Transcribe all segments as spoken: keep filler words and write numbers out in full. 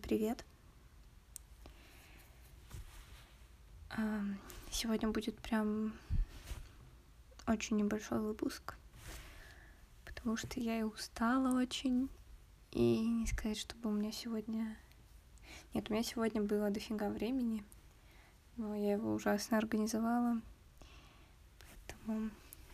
привет! Сегодня будет прям очень небольшой выпуск, потому что я и устала очень, и не сказать, чтобы у меня сегодня... Нет, у меня сегодня было дофига времени, но я его ужасно организовала, поэтому...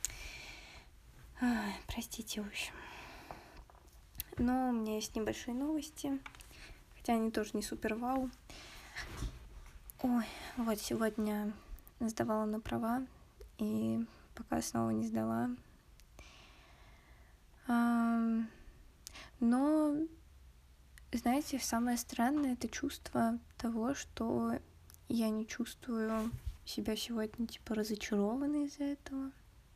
Ай, простите, в общем. Но у меня есть небольшие новости, хотя они тоже не супер вау. Ой, вот сегодня сдавала на права, и пока снова не сдала. А, но, знаете, самое странное — это чувство того, что я не чувствую себя сегодня, типа, разочарованной из-за этого.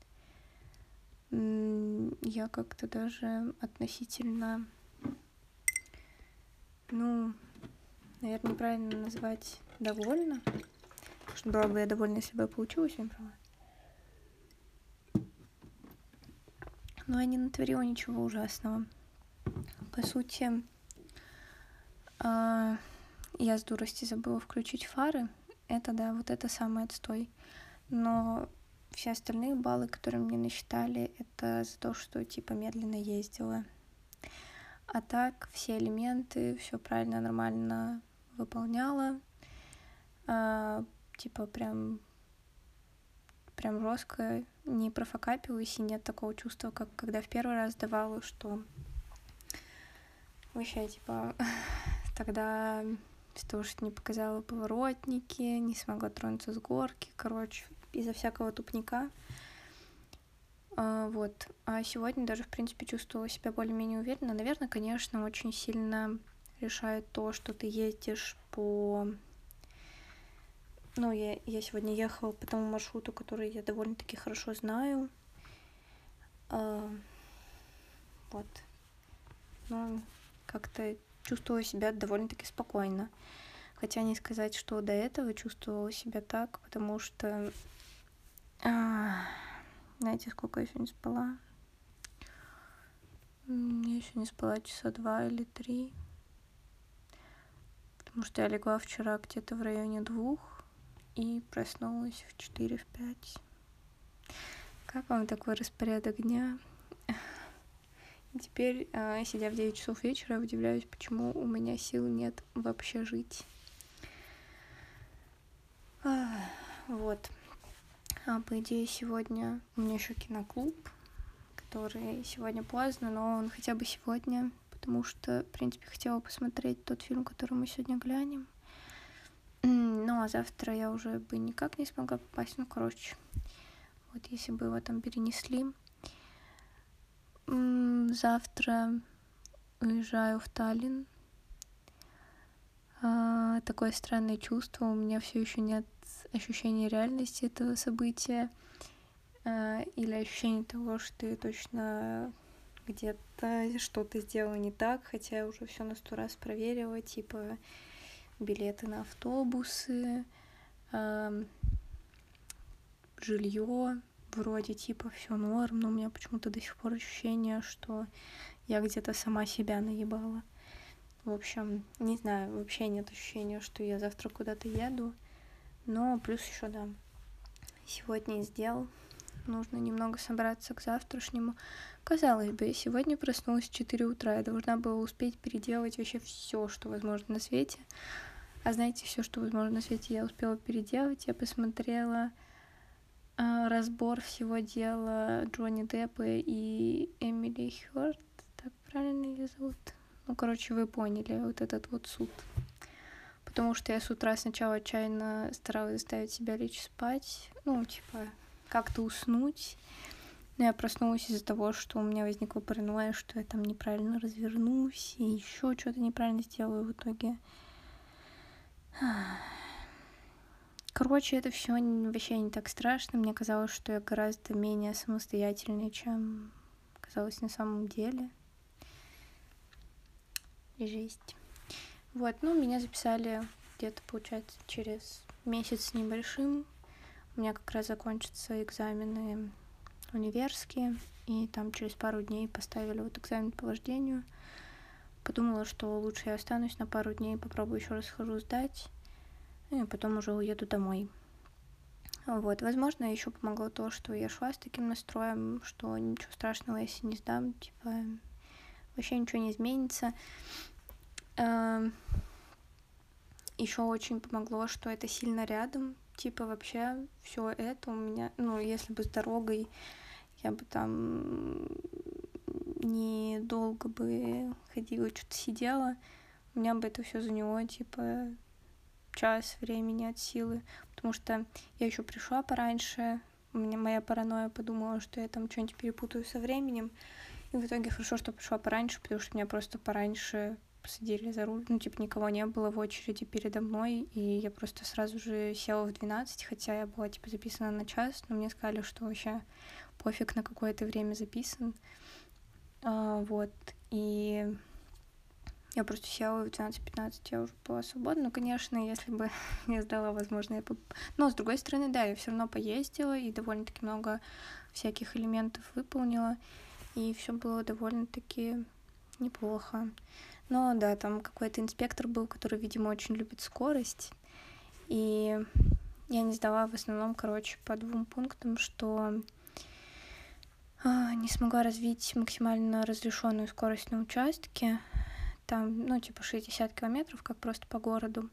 Я как-то даже относительно, ну, наверное, неправильно назвать довольна. Что была бы я довольна, если бы я получила семь права. Но я не натворила ничего ужасного. По сути, я с дурости забыла включить фары. Это, да, вот это самый отстой. Но все остальные баллы, которые мне насчитали, это за то, что, типа, медленно ездила. А так, все элементы, все правильно, нормально выполняла. А, типа, прям, прям жестко не профокапилась, и нет такого чувства, как когда в первый раз давала, что вообще, типа, тогда из-за того, что не показала поворотники, не смогла тронуться с горки, короче, из-за всякого тупника. А, вот. А сегодня даже, в принципе, чувствовала себя более-менее уверенно. Наверное, конечно, очень сильно решает то, что ты ездишь по... Ну, я, я сегодня ехала по тому маршруту, который я довольно-таки хорошо знаю. А, вот. Ну, как-то чувствовала себя довольно-таки спокойно. Хотя не сказать, что до этого чувствовала себя так, потому что... А, знаете, сколько я сегодня спала? Я еще не спала часа два или три. Потому что я легла вчера где-то в районе двух и проснулась в четыре, в пять. Как вам такой распорядок дня? И теперь, сидя в девять часов вечера, удивляюсь, почему у меня сил нет вообще жить. Вот. А по идее сегодня у меня еще киноклуб, который сегодня поздно, но он хотя бы сегодня, потому что, в принципе, хотела посмотреть тот фильм, который мы сегодня глянем. Ну, а завтра я уже бы никак не смогла попасть. Ну, короче, вот если бы его там перенесли. Завтра уезжаю в Таллин. А, такое странное чувство. У меня все еще нет ощущения реальности этого события. А, или ощущения того, что ты точно где-то что-то сделала не так, хотя я уже все на сто раз проверила, типа билеты на автобусы, э, жилье, вроде типа все норм, но у меня почему-то до сих пор ощущение, что я где-то сама себя наебала. В общем, не знаю, вообще нет ощущения, что я завтра куда-то еду, но плюс еще да, сегодня сделал. Нужно немного собраться к завтрашнему. Казалось бы, я сегодня проснулась в четыре утра. Я должна была успеть переделать вообще все, что возможно на свете. А знаете, все, что возможно на свете, я успела переделать. Я посмотрела э, разбор всего дела Джонни Деппа и Эмили Хёрд. Так правильно ее зовут? Ну, короче, вы поняли, вот этот вот суд. Потому что я с утра сначала отчаянно старалась заставить себя лечь спать. Ну, типа... как-то уснуть. Но я проснулась из-за того, что у меня возникла паранойя, что я там неправильно развернусь и еще что-то неправильно сделаю в итоге. Короче, это все вообще не так страшно. Мне казалось, что я гораздо менее самостоятельная, чем казалось на самом деле. Жесть. Вот, ну, меня записали где-то, получается, через месяц с небольшим. У меня как раз закончатся экзамены универские, и там через пару дней поставили вот экзамен по вождению. подумала, что лучше я останусь на пару дней, попробую еще раз схожу сдать, ну и потом уже уеду домой. Вот, возможно, еще помогло то, что я шла с таким настроем, что ничего страшного, если не сдам, типа, вообще ничего не изменится. Еще очень помогло, что это сильно рядом, типа, вообще все это у меня, ну, если бы с дорогой я бы там недолго бы ходила, что-то сидела, у меня бы это все заняло, типа, час времени от силы, потому что я еще пришла пораньше, у меня моя паранойя подумала, что я там что-нибудь перепутаю со временем, и в итоге хорошо, что пришла пораньше, потому что меня просто пораньше посадили за руль, ну, типа, никого не было в очереди передо мной, и я просто сразу же села в двенадцать, хотя я была, типа, записана на час, но мне сказали, что вообще пофиг, на какое ты время записан, а, вот, и я просто села в двенадцать-пятнадцать, я уже была свободна, ну, конечно, если бы я сдала, возможно, я бы... Но, с другой стороны, да, я все равно поездила и довольно-таки много всяких элементов выполнила, и все было довольно-таки неплохо. Но, да, там какой-то инспектор был, который, видимо, очень любит скорость, и я не сдала в основном, короче, по двум пунктам, что а, не смогла развить максимально разрешенную скорость на участке, там, ну, типа шестьдесят километров, как просто по городу,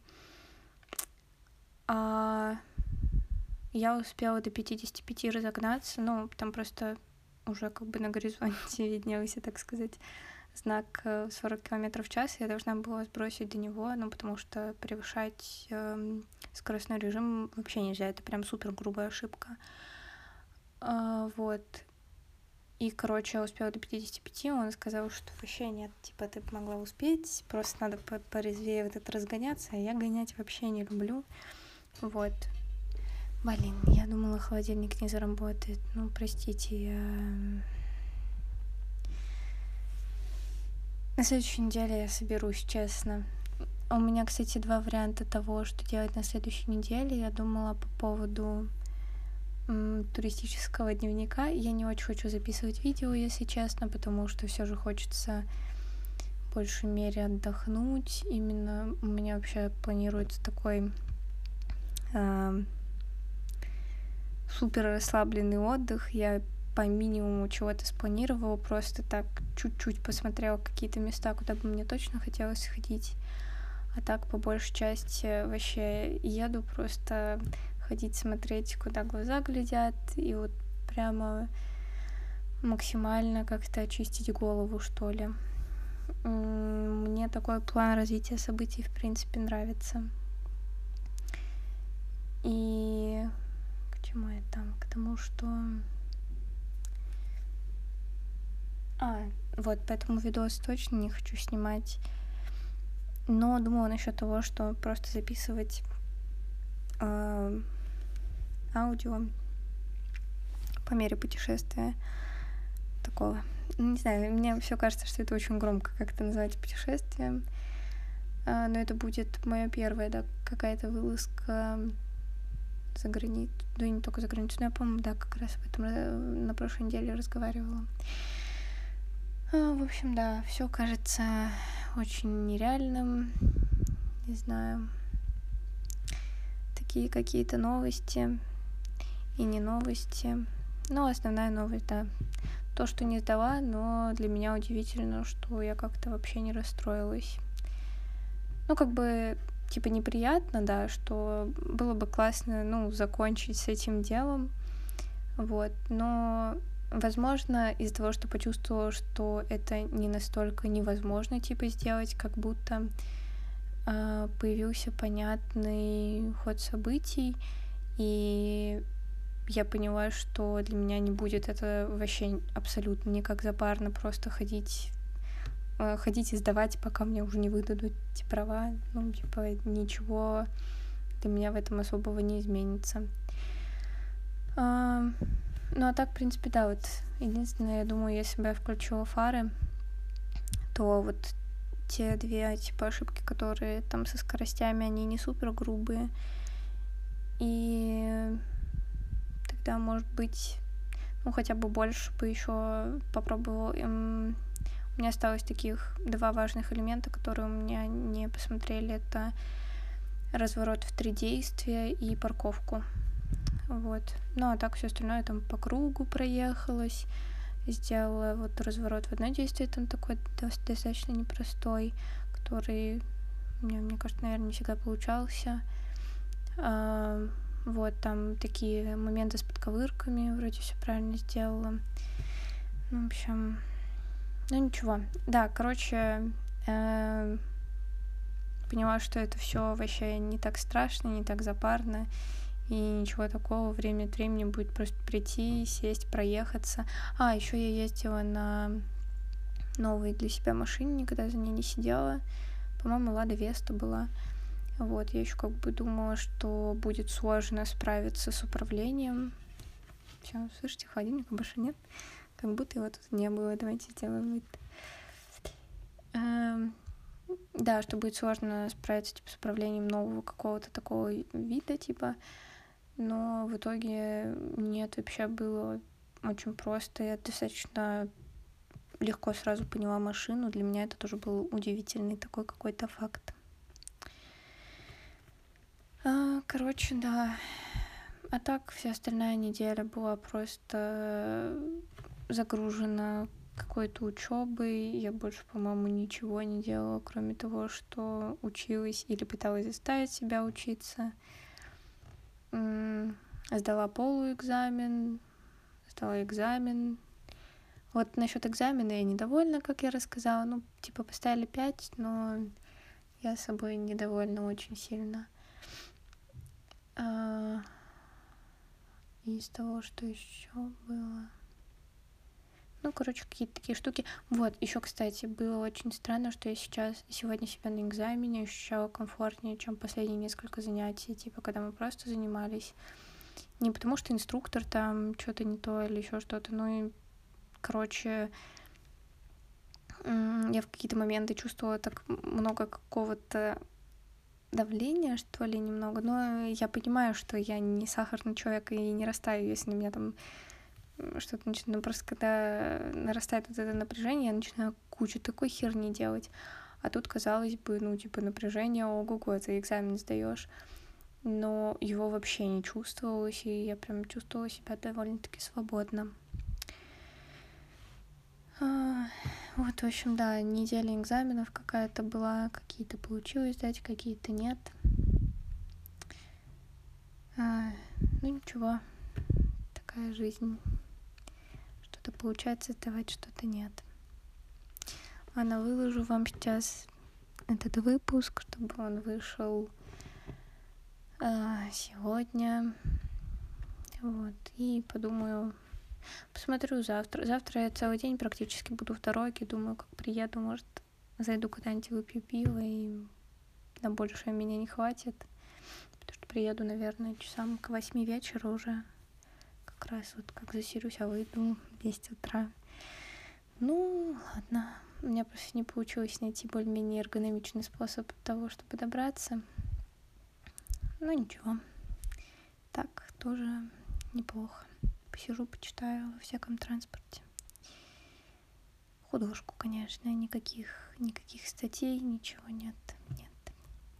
а я успела до пятидесяти пяти разогнаться, ну, там просто уже как бы на горизонте виднелся, так сказать, знак сорок километров в час, я должна была сбросить до него, ну, потому что превышать э, скоростной режим вообще нельзя, это прям супер грубая ошибка. А, вот. И, короче, я успела до пятидесяти пяти, он сказал, что вообще нет, типа, ты могла успеть, просто надо порезвее вот это разгоняться, а я гонять вообще не люблю, вот. Блин, я думала, холодильник не заработает, ну, простите, я... На следующей неделе я соберусь, честно. У меня, кстати, два варианта того, что делать на следующей неделе. Я думала по поводу м, туристического дневника. Я не очень хочу записывать видео, если честно, потому что все же хочется в большей мере отдохнуть. Именно у меня вообще планируется такой э, супер расслабленный отдых. Я по минимуму чего-то спланировала, просто так чуть-чуть посмотрела какие-то места, куда бы мне точно хотелось сходить. А так, по большей части, вообще еду просто ходить, смотреть, куда глаза глядят, и вот прямо максимально как-то очистить голову, что ли. Мне такой план развития событий, в принципе, нравится. И к чему я там? К тому, что... А, вот, поэтому видос точно не хочу снимать. Но думала насчет того, что просто записывать э, аудио по мере путешествия такого. Не знаю, мне все кажется, что это очень громко как-то называть путешествием. Э, но это будет моя первая, да, какая-то вылазка за границу. Да и не только за границу, но я, по-моему, да, как раз об этом на прошлой неделе разговаривала. В общем, да, все кажется очень нереальным, не знаю, такие какие-то новости и не новости, но основная новость, да, то, что не сдала, но для меня удивительно, что я как-то вообще не расстроилась. Ну, как бы, типа, неприятно, да, что было бы классно, ну, закончить с этим делом, вот, но... Возможно, из-за того, что почувствовала, что это не настолько невозможно, типа, сделать, как будто э, появился понятный ход событий, и я поняла, что для меня не будет это вообще абсолютно никак запарно, просто ходить, э, ходить и сдавать, пока мне уже не выдадут эти права, ну, типа, ничего для меня в этом особого не изменится. Э, Ну, а так, в принципе, да, вот единственное, я думаю, если бы я включила фары, то вот те две, типа, ошибки, которые там со скоростями, они не супер грубые, и тогда, может быть, ну, хотя бы больше бы еще попробовала им У меня осталось таких два важных элемента, которые у меня не посмотрели. Это разворот в три действия и парковку. Вот. Ну, а так все остальное там по кругу проехалась. Сделала вот разворот в одно действие, там такой достаточно непростой, который мне, мне кажется, наверное, не всегда получался. А, вот, там такие моменты с подковырками, вроде все правильно сделала. Ну, в общем, ну ничего. Да, короче, э, поняла, что это все вообще не так страшно, не так запарно, и ничего такого, время от времени будет просто прийти, сесть, проехаться. А, еще я ездила на новой для себя машине, никогда за ней не сидела. По-моему, Лада Веста была. Вот, я еще как бы думала, что будет сложно справиться с управлением. Все, слышите, холодильника больше нет. Как будто его тут не было. Давайте сделаем вид. Эм, да, что будет сложно справиться типа, с управлением нового какого-то такого вида, типа. Но в итоге нет, вообще было очень просто. Я достаточно легко сразу поняла машину. Для меня это тоже был удивительный такой какой-то факт. А, короче, да. А так вся остальная неделя была просто загружена какой-то учебой. Я больше, по-моему, ничего не делала, кроме того, что училась или пыталась заставить себя учиться. М- сдала полуэкзамен, сдала экзамен. Вот насчет экзамена я недовольна, как я рассказала. Ну, типа, поставили пять, но я собой недовольна очень сильно. А- из того, что еще было. Ну, короче, какие-то такие штуки. Вот, еще, кстати, было очень странно, что я сейчас, сегодня себя на экзамене ощущала комфортнее, чем последние несколько занятий, типа, когда мы просто занимались. Не потому что инструктор там что-то не то или еще что-то, ну и, короче, я в какие-то моменты чувствовала так много какого-то давления, что ли, немного, но я понимаю, что я не сахарный человек и не растаю, если на меня там что-то начинает, ну, просто когда нарастает вот это напряжение, я начинаю кучу такой херни делать, а тут, казалось бы, ну, типа, напряжение, ого-го, ты экзамен сдаешь, но его вообще не чувствовалось, и я прям чувствовала себя довольно-таки свободно. А, вот, в общем, да, неделя экзаменов какая-то была, какие-то получилось сдать, какие-то нет. А, ну, ничего, такая жизнь. Что-то получается сдавать, что-то нет. Ладно, выложу вам сейчас этот выпуск, чтобы он вышел а, сегодня. Вот, и подумаю, посмотрю завтра. Завтра я целый день практически буду в дороге. Думаю, как приеду, может, зайду куда-нибудь выпью пиво, и на большее меня не хватит. Потому что приеду, наверное, часам к восьми вечера уже. Как раз вот как засерюсь, а выйду в десять утра. Ну, ладно. У меня просто не получилось найти более-менее эргономичный способ того, чтобы добраться. Ну, ничего. Так, тоже неплохо. Посижу, почитаю во всяком транспорте. Художку, конечно, никаких, никаких статей, ничего нет, нет.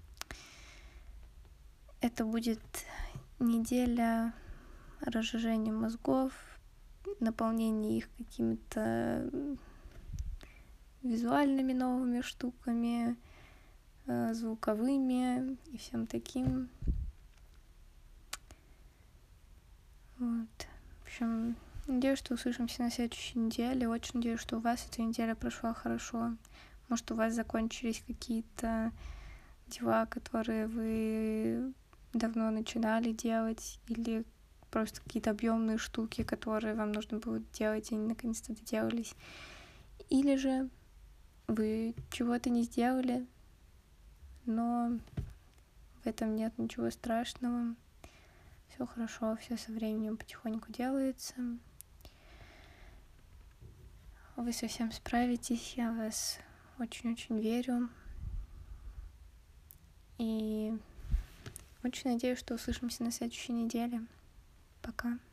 Это будет неделя разжижения мозгов, наполнения их какими-то визуальными новыми штуками, звуковыми и всем таким. Вот. В общем, надеюсь, что услышимся на следующей неделе. Очень надеюсь, что у вас эта неделя прошла хорошо. Может, у вас закончились какие-то дела, которые вы давно начинали делать, или просто какие-то объемные штуки, которые вам нужно было делать, и они наконец-то доделались. Или же вы чего-то не сделали, но в этом нет ничего страшного. Все хорошо, все со временем потихоньку делается. Вы совсем справитесь, я в вас очень-очень верю. И очень надеюсь, что услышимся на следующей неделе. Пока.